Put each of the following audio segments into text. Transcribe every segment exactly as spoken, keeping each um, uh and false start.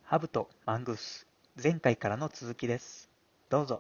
ハブとマングース、前回からの続きです。どうぞ。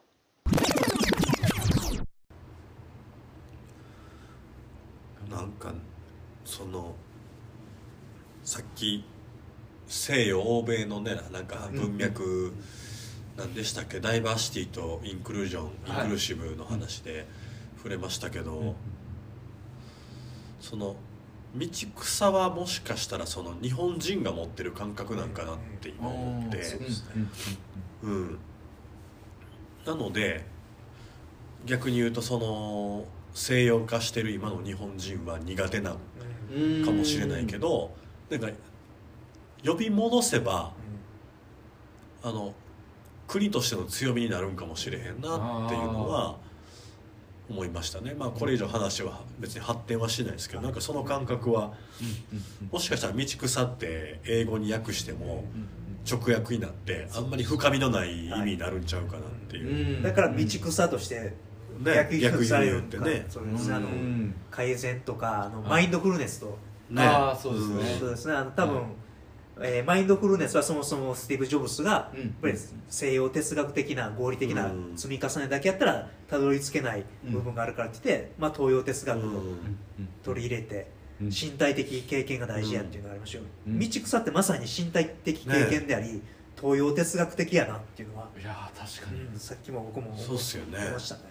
なんかそのさっき西洋欧米のねなんか文脈なんでしたっけ、ダイバーシティとインクルージョン、インクルーシブの話で触れましたけど、その道草はもしかしたらその日本人が持ってる感覚なんかなって今思って、うん、なので逆に言うとその西洋化してる今の日本人は苦手なのかもしれないけど、なんか呼び戻せばあの国としての強みになるんかもしれへんなっていうのは思いましたね。まあこれ以上話は別に発展はしないですけど、なんかその感覚はもしかしたら道草って英語に訳しても直訳になってあんまり深みのない意味になるんちゃうかなっていう、 だから道草としてね、 訳されるってね、 そうですね、あの改善とかあのマインドフルネスと、 ね、 ああそうですね、 そうですね、あの多分、えー、マインドフルネスはそもそもスティーブ・ジョブズがやっぱり西洋哲学的な合理的な積み重ねだけやったらたどり着けない部分があるからって言って、まあ、東洋哲学を取り入れて身体的経験が大事やっていうのがありましたよ、うん、道草ってまさに身体的経験であり、ね、東洋哲学的やなっていうのは、 いや確かに、 うん、さっきも僕も思ってましたね。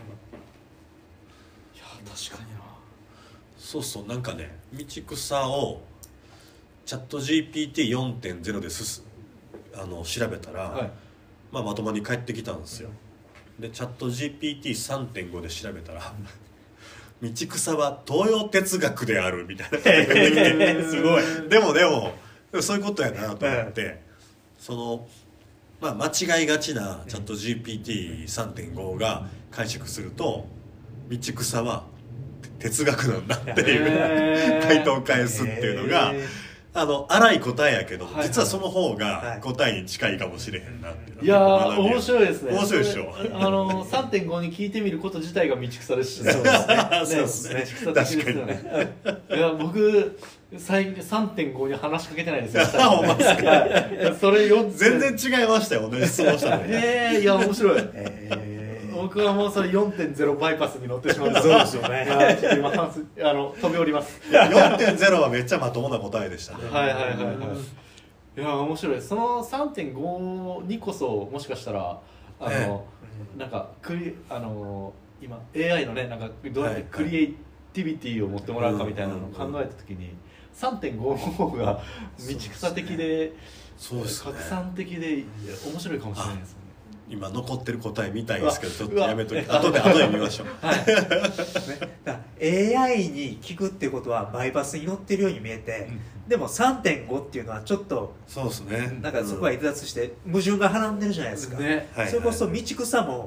いや確かにな。 そうそう、なんかね道草をチャット ジーピーティーよんてんゼロ ですすあの調べたら、はい、まあ、まともに返ってきたんですよ。でチャット ジーピーティーさんてんご で調べたら道草は東洋哲学であるみたいなことが出てきてすごいでもでもそういうことやなと思って、そのまあ間違いがちなチャット ジーピーティーさんてんご が解釈すると道草は哲学なんだっていう回答を返すっていうのがあの荒い答えやけど、はいはい、実はその方が答えに近いかもしれへんなっていう、はい、 いやー面白いですね。 面白いでしょ。 あの さんてんご に聞いてみること自体が道草ですしね。 そうですね。そうですね。 道草的ですよね。いや僕最近 さんてんご に話しかけてないですよ。 ほんまですか。 それよ全然違いましたよ。同じ質問したのに。 えー、いや面白い。えー僕はもうそれ よんてんゼロ バイパスに乗ってしまうんです。 そうですよね。 ちょっと今あの飛び降ります。 よんてんゼロ はめっちゃまともな答えでしたね。 はいはいはいはい。いや面白い。その さんてんご にこそもしかしたらあの、ええ、なんかクリあの今 エーアイ のねなんかどうやってクリエイティビティを持ってもらうかみたいなのを考えたときに さんてんご の方が道草的で、 そうですね、 拡散的で面白いかもしれないですね。 今残ってる答え見たいですけどちょっとやめとき後で後で見ましょう、はいね、 だから エーアイ に聞くっていうことはバイパスに乗ってるように見えて、うん、でも さんてんご っていうのはちょっとそうですね、 なんかそこは逸脱して矛盾がはらんでるじゃないですか、ね、それこそ道草も、はい、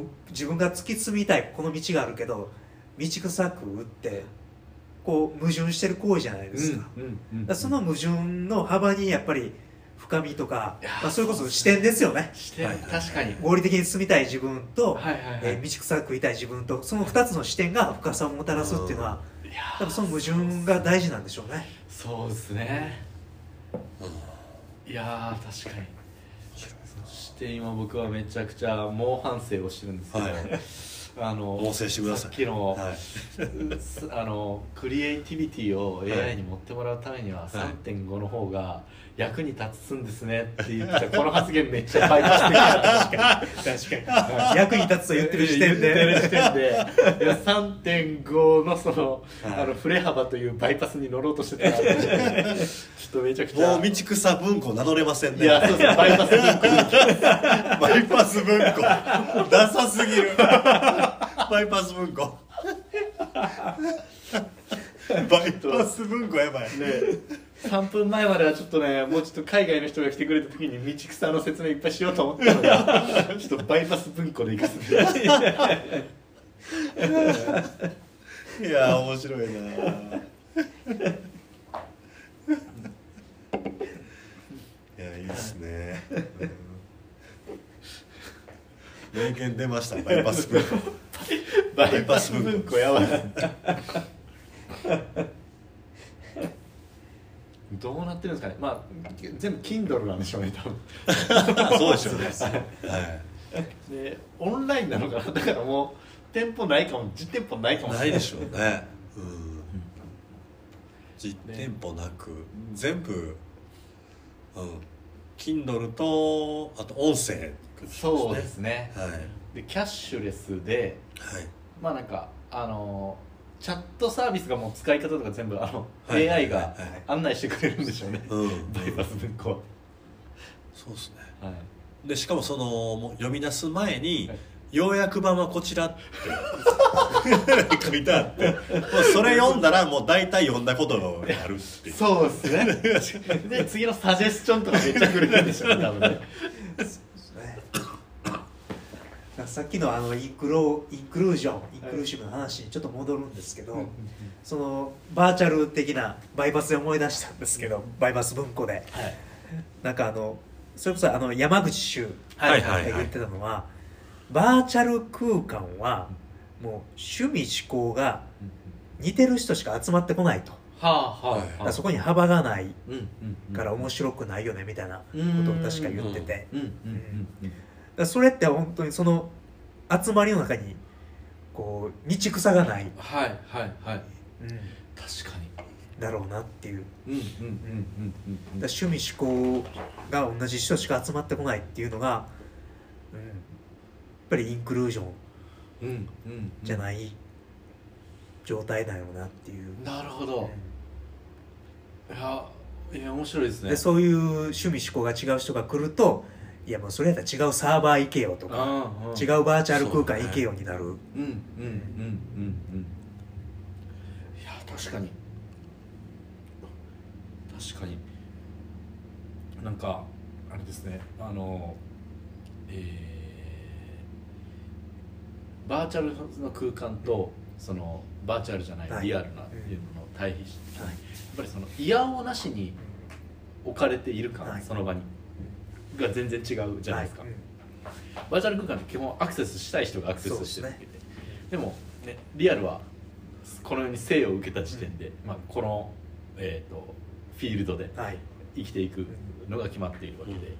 自分が突き詰みたいこの道があるけど道草く打ってこう矛盾してる行為じゃないですか、うんうんうん、だからその矛盾の幅にやっぱり深みとか、まあ、それこそ視点ですよね。 視点、はい、確かに合理的に進みたい自分と、 はいはいはい、 えー、道草食いたい自分とそのふたつの視点が深さをもたらすっていうのは、うん、多分その矛盾が大事なんでしょうね。 そうですね、うん、いやー確かに。そして今僕はめちゃくちゃ猛反省をしてるんですけど、はいあの猛省してください。 さっきの、はい、あのクリエイティビティを エーアイ に持ってもらうためには さんてんご の方が役に立つんですねって言ってたこの発言めっちゃバイパス的な確かに確かに役に立つと言ってる時点で言ってる時点でいや さんてんご のその、はい、あの振れ幅というバイパスに乗ろうとしてたちょっとめちゃくちゃもう道草文庫名乗れませんね。 いやそうそうバイパス文庫バイパス文庫ダサすぎるバイパス文庫バイパス文庫やばいね。 さんぷんまえまではちょっとねもうちょっと海外の人が来てくれた時に道草の説明いっぱいしようと思ったのがちょっとバイパス文庫でいかせていや面白いな。いやいいですね、うん、名言出ましたバイパス文庫バイパス文庫やばいどうなってるんですかね。まあ全部 Kindle なんでしょうね多分そうでしょうねはいでオンラインなのかな。だからもう店舗ないかも、実店舗ないかもしれないないでしょうね、うん、実店舗なく全部、うん、Kindle とあと音声、ね、 そうですね、 はい、 でキャッシュレスで、 はい、 まあなんかあのチャットサービスがもう使い方とか全部あの、 はい、 エーアイ がはいはい案内してくれるんでしょうね、 うん、 バイパス文庫は。 そうですね、 はい、 でしかもそのもう読み出す前に、 はい、 要約版はこちらって書いてあってもうそれ読んだらもう大体読んだことがあるっていうそうですねで次のサジェスチョンとかめっちゃくれるんでしょうね多分ねさっきのあのインクロインクルージョンインクルーシブの話にちょっと戻るんですけど、はい、そのバーチャル的なバイパスで思い出したんですけど、バイパス文庫で、はい、なんかあのそれこそあの山口周が言ってたのは、バーチャル空間はもう趣味思考が似てる人しか集まってこないと、はあはあはあ、だからそこに幅がないから面白くないよねみたいなことを確か言ってて、それって本当にその集まりの中にこう道草がない、 はいはいはい、うん、確かにだろうなっていう、趣味思考が同じ人しか集まってこないっていうのが、うん、やっぱりインクルージョンじゃない状態だよなっていう。 なるほど、うん、いやいや面白いですね。 でそういう趣味思考が違う人が来ると、いやもうそれやったら違うサーバー行けよとか、うんうん、違うバーチャル空間行けよになる。うんうんうんうんうん。 いや確かに確かになんかあれですね、あの、えー、バーチャルの空間とそのバーチャルじゃない、はい、リアルなっていうのの対比して、はい、やっぱりそのいやおうなしに置かれている感、はい、その場にが全然違うじゃないですか、はい、バーチャル空間って基本アクセスしたい人がアクセスしてるわけ で, で, ね、でも、ね、リアルはこのように生を受けた時点で、うんまあ、この、えー、とフィールドで生きていくのが決まっているわけで、はい、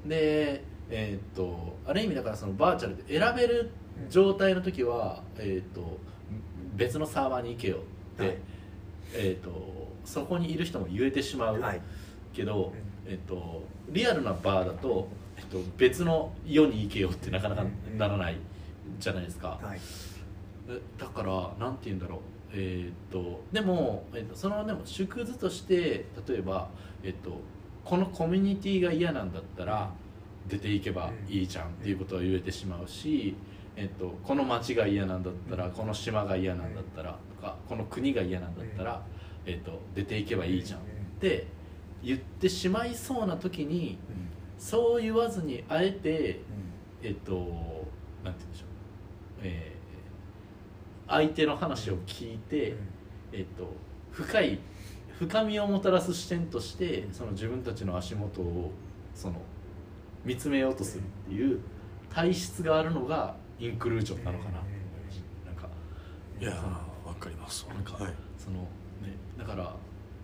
で、えー、とある意味だからそのバーチャルで選べる状態の時は、えー、と別のサーバーに行けよって、はいえー、とそこにいる人も言えてしまう、はい、けど、えー、とリアルなバーだと、えー、と別の世に行けよってなかなかならないじゃないですか、はい、だからなんて言うんだろう、えー、とでも、えー、とそのでも縮図として例えば、えー、とこのコミュニティが嫌なんだったら出ていけばいいじゃんっていうことは言えてしまうし、えー、とこの町が嫌なんだったらこの島が嫌なんだったらとかこの国が嫌なんだったら、えー、と出ていけばいいじゃんって言ってしまいそうな時に、そう言わずにあえて、えっ、ー、となんて言うんでしょう、えー、相手の話を聞いて、えっ、ー、と深い深みをもたらす視点としてその自分たちの足元をその見つめようとするっていう体質があるのがインクルージョンなのかな。なんかいやわかります。 なんか、はい、そのねだからね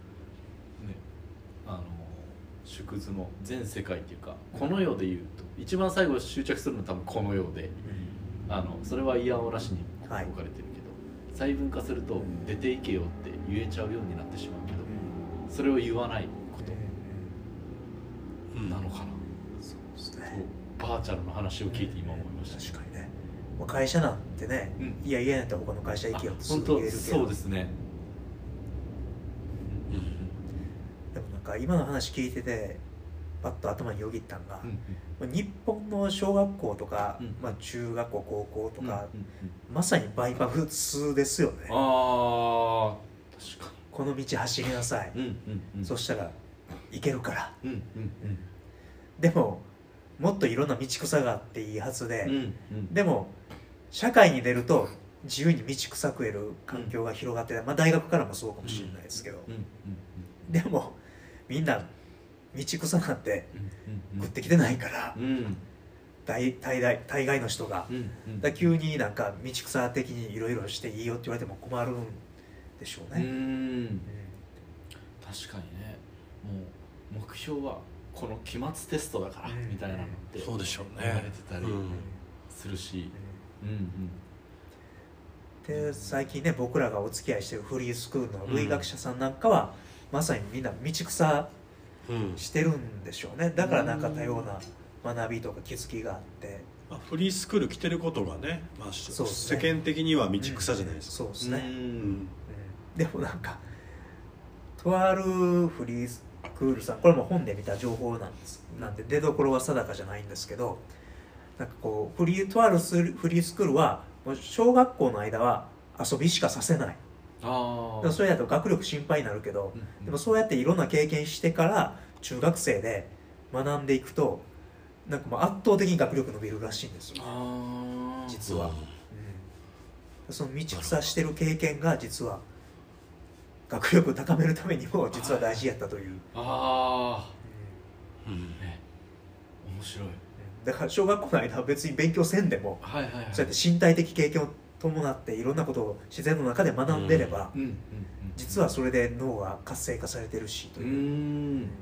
あの縮図の全世界っていうかこの世でいうと一番最後執着するのは多分この世で、うん、あのそれは嫌おなしに置かれてるけど、はい、細分化すると出ていけよって言えちゃうようになってしまうけど、うん、それを言わないことなのかな、うん、そうですね。バーチャルの話を聞いて今思いました、ね、 確かにね。もう会社なんてね、うん、いや嫌やったら他の会社行けよってすぐ言えるけど、 そうですね。 でもなんか今の話聞いててパッと頭によぎったのが、うんうん、日本の小学校とか、うんまあ、中学校高校とか、うんうんうん、まさにバイパスですよね。あ確かにこの道走りなさい、うんうんうん、そしたら行けるから、うんうんうん、でももっといろんな道草があっていいはずで、うんうん、でも社会に出ると自由に道草食える環境が広がって、まあ、大学からもそうかもしれないですけど、うんうんうん、でもみんな道草なんて食ってきてないから、うん、大, 大, 大, 大概の人が、うんうん、だ急になんか道草的にいろいろしていいよって言われても困るんでしょうね。うん、うん、 確かにね。 目標はこの期末テストだからみたいなのってそうでしょうね言われてたりうんするし、うんうんで最近ね僕らがお付き合いしてるフリースクールの類学者さんなんかは、まさにみんな道草うんしてるんでしょうね。だからなんか多様な学びとか気づきがあって、 まあフリースクール来てることがね、まあ、 そうですね世間的には道草じゃないですか、 そうですね、 ううんんでもなんかとあるフリースクールさん、これも本で見た情報なんですなんで出どころは定かじゃないんですけど、なんかこうフリーとあるスフリースクールはもう小学校の間は遊びしかさせない。 あでもそれだと学力心配になるけど、 うんでもそうやっていろんな経験してから中学生で学んでいくとなんかもう圧倒的に学力伸びるらしいんですよあ実は、うんその道草してる経験が実は学力を高めるためにも実は大事やったという、 あうんうんね面白い。 だから小学校の間は別に勉強せんでもはいはいはい。 そうやって身体的経験を伴っていろんなことを自然の中で学んでれば、 うんうんうん、 実はそれで脳が活性化されてるしとうーいう、 んうん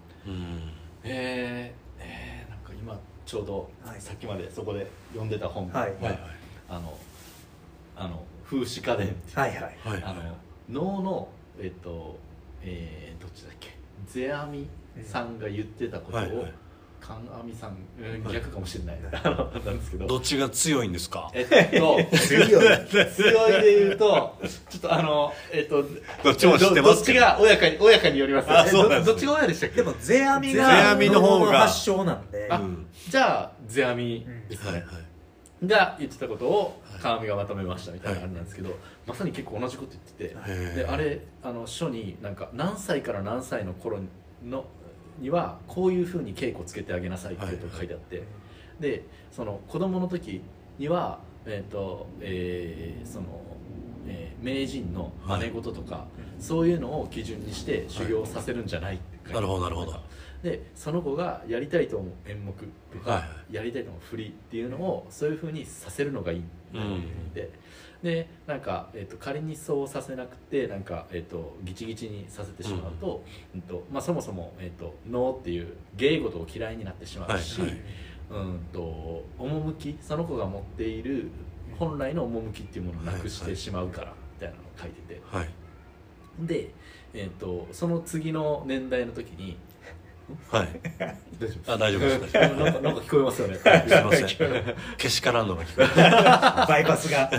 えー、えー、なんか今ちょうどはいさっきまでそこで読んでた本が、 はいはいはいあのあの風刺家電っていう、 はいはいはいあの脳のえっと、えー、どっちだっけ世阿弥さんが言ってたことを、 はいはい観阿弥さん、うんはい逆かもしれない、あのなんですけどどっちが強いんですか？ えっと強い強いで言うとちょっとあのえっとどっちも知ってますけどどっちが親かに親かによりますあそうなんですねえどどっちが親でしたっけでも世阿弥世が阿弥の方が脳の発祥なんで、 あうんじゃあ世阿弥ですね、 はいはいが言ってたことをはい川上がまとめましたみたいなあれなんですけど、まさに結構同じこと言ってて、 へーであれあの書になんか何歳から何歳の頃のにはこういうふうに稽古つけてあげなさいっていうことが書いてあって、でその子供の時にはえっ、と、えーその、えー名人の真似事とか、そういうのを基準にして修行させるんじゃないって書いてあなるほどなるほどでその子がやりたいと思う演目とか、 はいはやりたいと思う振りっていうのをそういうふうにさせるのがいいうんで、でなんか、えー、と仮にそうさせなくてなんか、えー、とギチギチにさせてしまうと,、うんとまあ、そもそも、えー、と脳っていう芸事を嫌いになってしまうし、 はいはいうんと趣その子が持っている本来の趣っていうものをなくしてしまうから、みたいなのを書いててはいで、えー、とその次の年代の時にはい大丈夫あ大丈夫です大丈夫なんかなんか聞こえますよね。 すいませんけしからんのが聞こえるバイパスが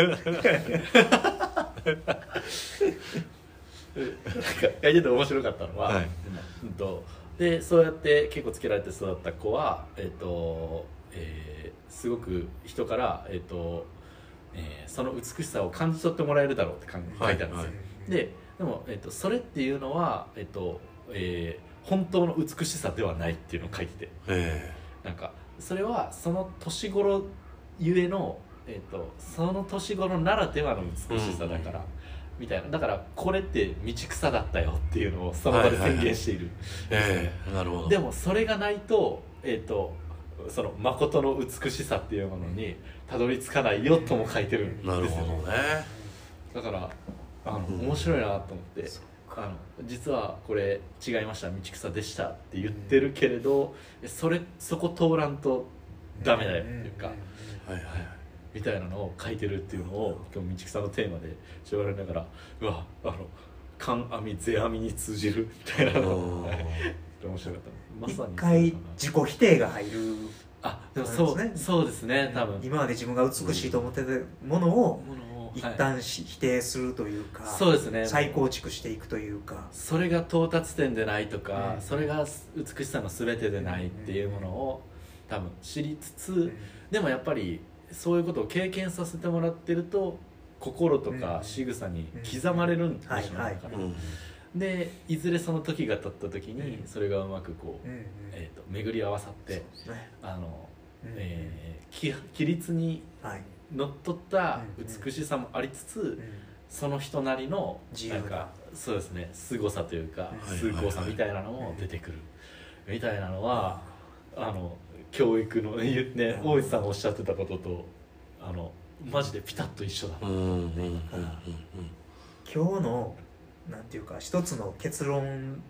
書いてて面白かったのは、 はいうんとでそうやって結構つけられて育った子は、えっとえーすごく人から、えっとえーその美しさを感じ取ってもらえるだろうって書いてあるんですよ。 はいはででも、えっとそれっていうのは、えっとえー本当の美しさではないっていうのを書いてて。 えなんかそれはその年頃ゆえの、えー、とその年頃ならではの美しさだから、 うんみたいなだからこれって道草だったよっていうのをその場で宣言している、 えええなるほどでもそれがないと,、えー、とその誠の美しさっていうものにたどり着かないよとも書いてるんですよ、 なるほどねだからあの、 うん面白いなと思ってあの実はこれ違いました道草でしたって言ってるけれど、それそこ通らんとダメだよっていうか、 はいはいみたいなのを書いてるっていうのを今日道草のテーマでしゃべられながらうわあの観阿弥世阿弥に通じるみたいなのおーはい面白かったま一さに回自己否定が入る、 あでもそうそうですねそうですね多分今まで自分が美しいと思ってたものをものを一はい旦し否定するというか、 そうですね再構築していくというか、 それが到達点でないとか、 うんそれが美しさの全てでないっていうものを多分知りつつ、でもやっぱりそういうことを経験させてもらってると心とか仕草に刻まれるんでしょうね、 はいはいだからうんでいずれその時が経った時にうんそれがうまくこう、 うんうんえー、と巡り合わさってそうですねあの、 うんえーき規律にはいのっとった美しさもありつつ、 うんその人なりの自由なんなかそうですね凄さというかうん崇高さみたいなのも出てくるみたいなのはあの教育のねね大石さんがおっしゃってたこととあのマジでピタッと一緒だうんうんうんうんうん今日のなんていうか一つの結論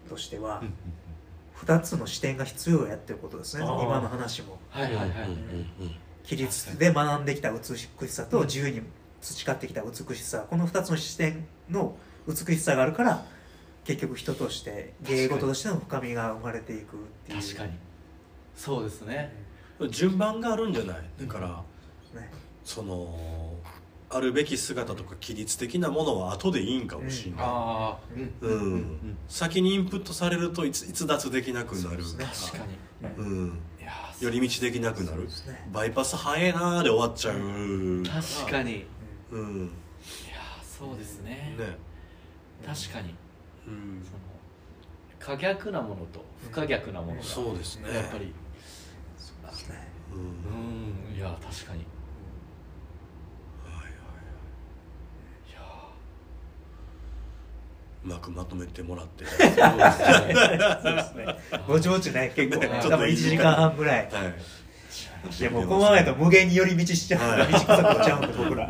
としては、 うんふたつの視点が必要やっていうことですね。 あー今の話もはいはいはい、 規律で学んできた美しさと自由に培ってきた美しさ、このふたつの視点の美しさがあるから結局人として芸事としての深みが生まれていくっていう。 確かにそうですね、 順番があるんじゃないだから、 ね、 そのあるべき姿とか規律的なものは後でいいんかもしれない、 ああうんうんうんうん先にインプットされると逸逸脱できなくなる、 そうですね確かにうん、 いやー寄り道できなくなる、 ですね。 バイパス早えなーで終わっちゃう、 確かにいやうんね、 ーそうですね確かにうんその可逆なものと不可逆なものがそうですねやっぱりそうですね。 うんうんいや確かにいはいはいやうまくまとめてもらってーそうですねそうですね。ぼちぼちね、結構ね、 ね多分いちじかんはんぐらい。 はいいやもうこのままやと無限に寄り道しちゃう、 はい道草取っちゃうんで僕ら。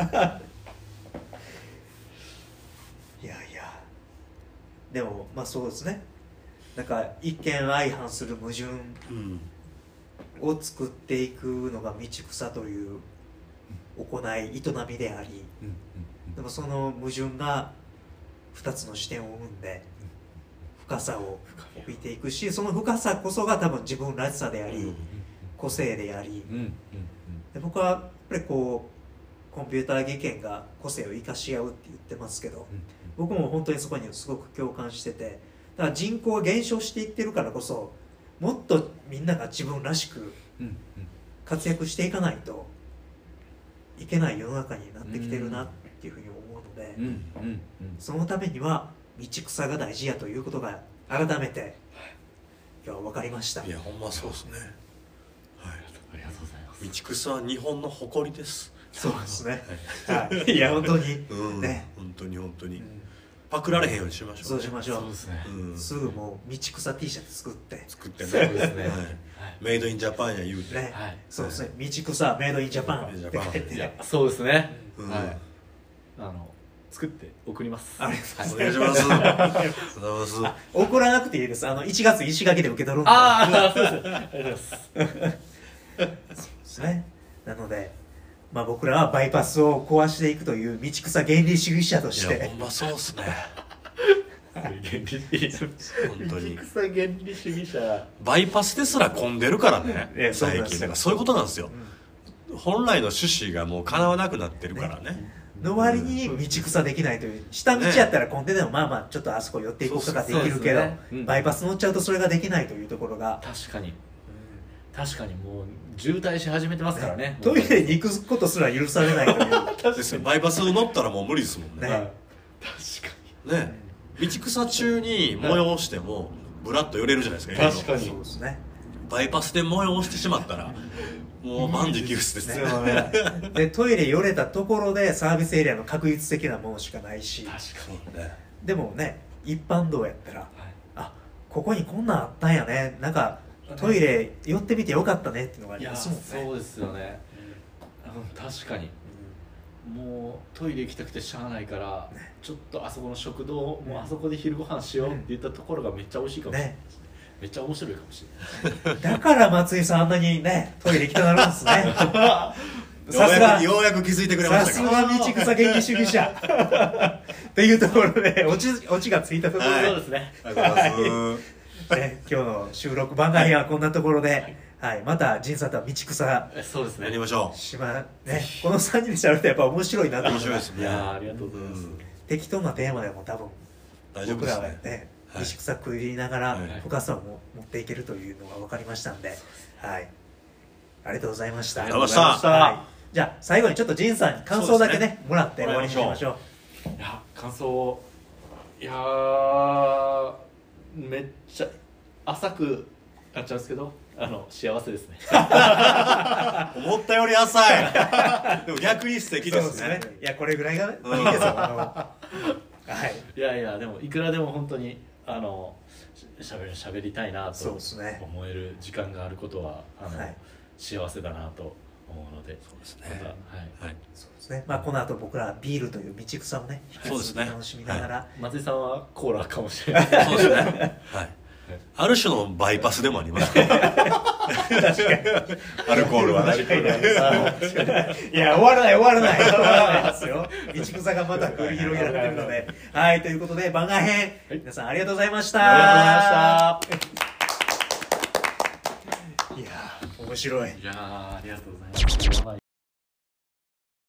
いやいや。でもまあそうですね。なんか一見相反する矛盾うんを作っていくのが道草という行い営みであり、 うんうんでもその矛盾が二つの視点を生んで深さを帯びていくし、その深さこそが多分自分らしさであり、 うん個性であり、 うんうんで僕はやっぱりこうコンピューター技研が個性を生かし合うって言ってますけど、僕も本当にそこにすごく共感してて、だから人口が減少していってるからこそもっとみんなが自分らしくうんうん活躍していかないといけない世の中になってきてるなっていうふうに思うので、 うんうんうんそのためには道草が大事やということが改めて今日は分かりました。 いやほんまそうですね、はい、 ありがとうございます道草は日本の誇りです、 そうですね。はい、いや本当に、 うん、 ね、 本当に本当に、 うんパクられへんようにしましょう、ね、 そうしましょう。 そうですねうん、 すぐもう道草 T シャツ作って作ってねそうですねはいはいメイドインジャパンや言うて、 ね、 はいそうですね。道草メイドインジャパンって書いていやそうですねうんはいあの作って送りますありがとうお願いしますお願いしますあ送らなくていいです。あのいちがつ石垣で受け取るんで。 ああそうですありがとうございますですね。なので、まあ、僕らはバイパスを壊していくという道草原理主義者としていやほんまそうっすね原理主義本当に草原理主義者バイパスですら混んでるからねええそうなん最ですよ近だからそういうことなんですよ、本来の趣旨がもう叶わなくなってるからねの割に道草できないという、下道やったら混んででもまあまあちょっとあそこ寄っていこうかができるけど、 そうですねうんバイパス乗っちゃうとそれができないというところが、 確かに確かにもう渋滞し始めてますからねトイレに行くことすら許されないというですよバイパス乗ったらもう無理ですもんねねはい確かね道草中に催してもブラッと寄れるじゃないですか確かにそうですね。 バイパスで催してしまったらもう万事休すですねねでトイレ寄れたところでサービスエリアの確率的なものしかないし、 に確かにねでもね一般道やったら、 はいあここにこんなんあったんやね、なんかトイレ寄ってみてよかったねっていうのがあいやりますもんね。 そうですよねうん確かにもうトイレ行きたくてしゃあないから、 ねちょっとあそこの食堂もうあそこで昼ご飯しようって言ったところがめっちゃ美味しいかもしれない、 ね、 めっちゃ面白いかもしれないだから松井さんあんなにねトイレ行きたなるんですね。さすがようやくようやく気づいてくれまさすしたかが道草原理主義者っていうところでオチオチがついたところで、 そうですねありがとうございますね、今日の収録番外編はこんなところで、はい、また仁さんとは道草えそうですねやりましょしまねこのさんにんでしゃべるとやっぱ面白いなと思う面白いですねいやーありがとうございます、 うん適当なテーマでも多分大丈夫僕らはですねねはい石草食いながらはい深さをも持っていけるというのが分かりましたんで、はい、ありがとうございました。 ありがとうございましたはい、じゃあ最後にちょっと仁さんに感想だけねもらって終わりにしましょう。 いや感想いやーめっちゃ浅くなっちゃうんですけどあの幸せですね思ったより浅いでも逆に素敵でそうですすねね。いやこれぐらいがねうんいいですよ。あのはいいやいやでもいくらでも本当にあのししゃべりしゃべりたいなそうとですね。 思える時間があることはあの、 はい幸せだなと思うので、 そうですねまたはいはいそうですね。まあこの後僕らはビールという道草をね、 そうですね楽しみながら、 松井さんはコーラかもしれない。 そうですねはいある種のバイパスでもありますから確かにアルコールはねいや終わらない終わらない終わらないですよ。道草がまた繰り広げられてるので、はいということで番外編、 はい皆さんありがとうございました。 ありがとうございました。 いやー面白い。 いやーありがとうございます。やばい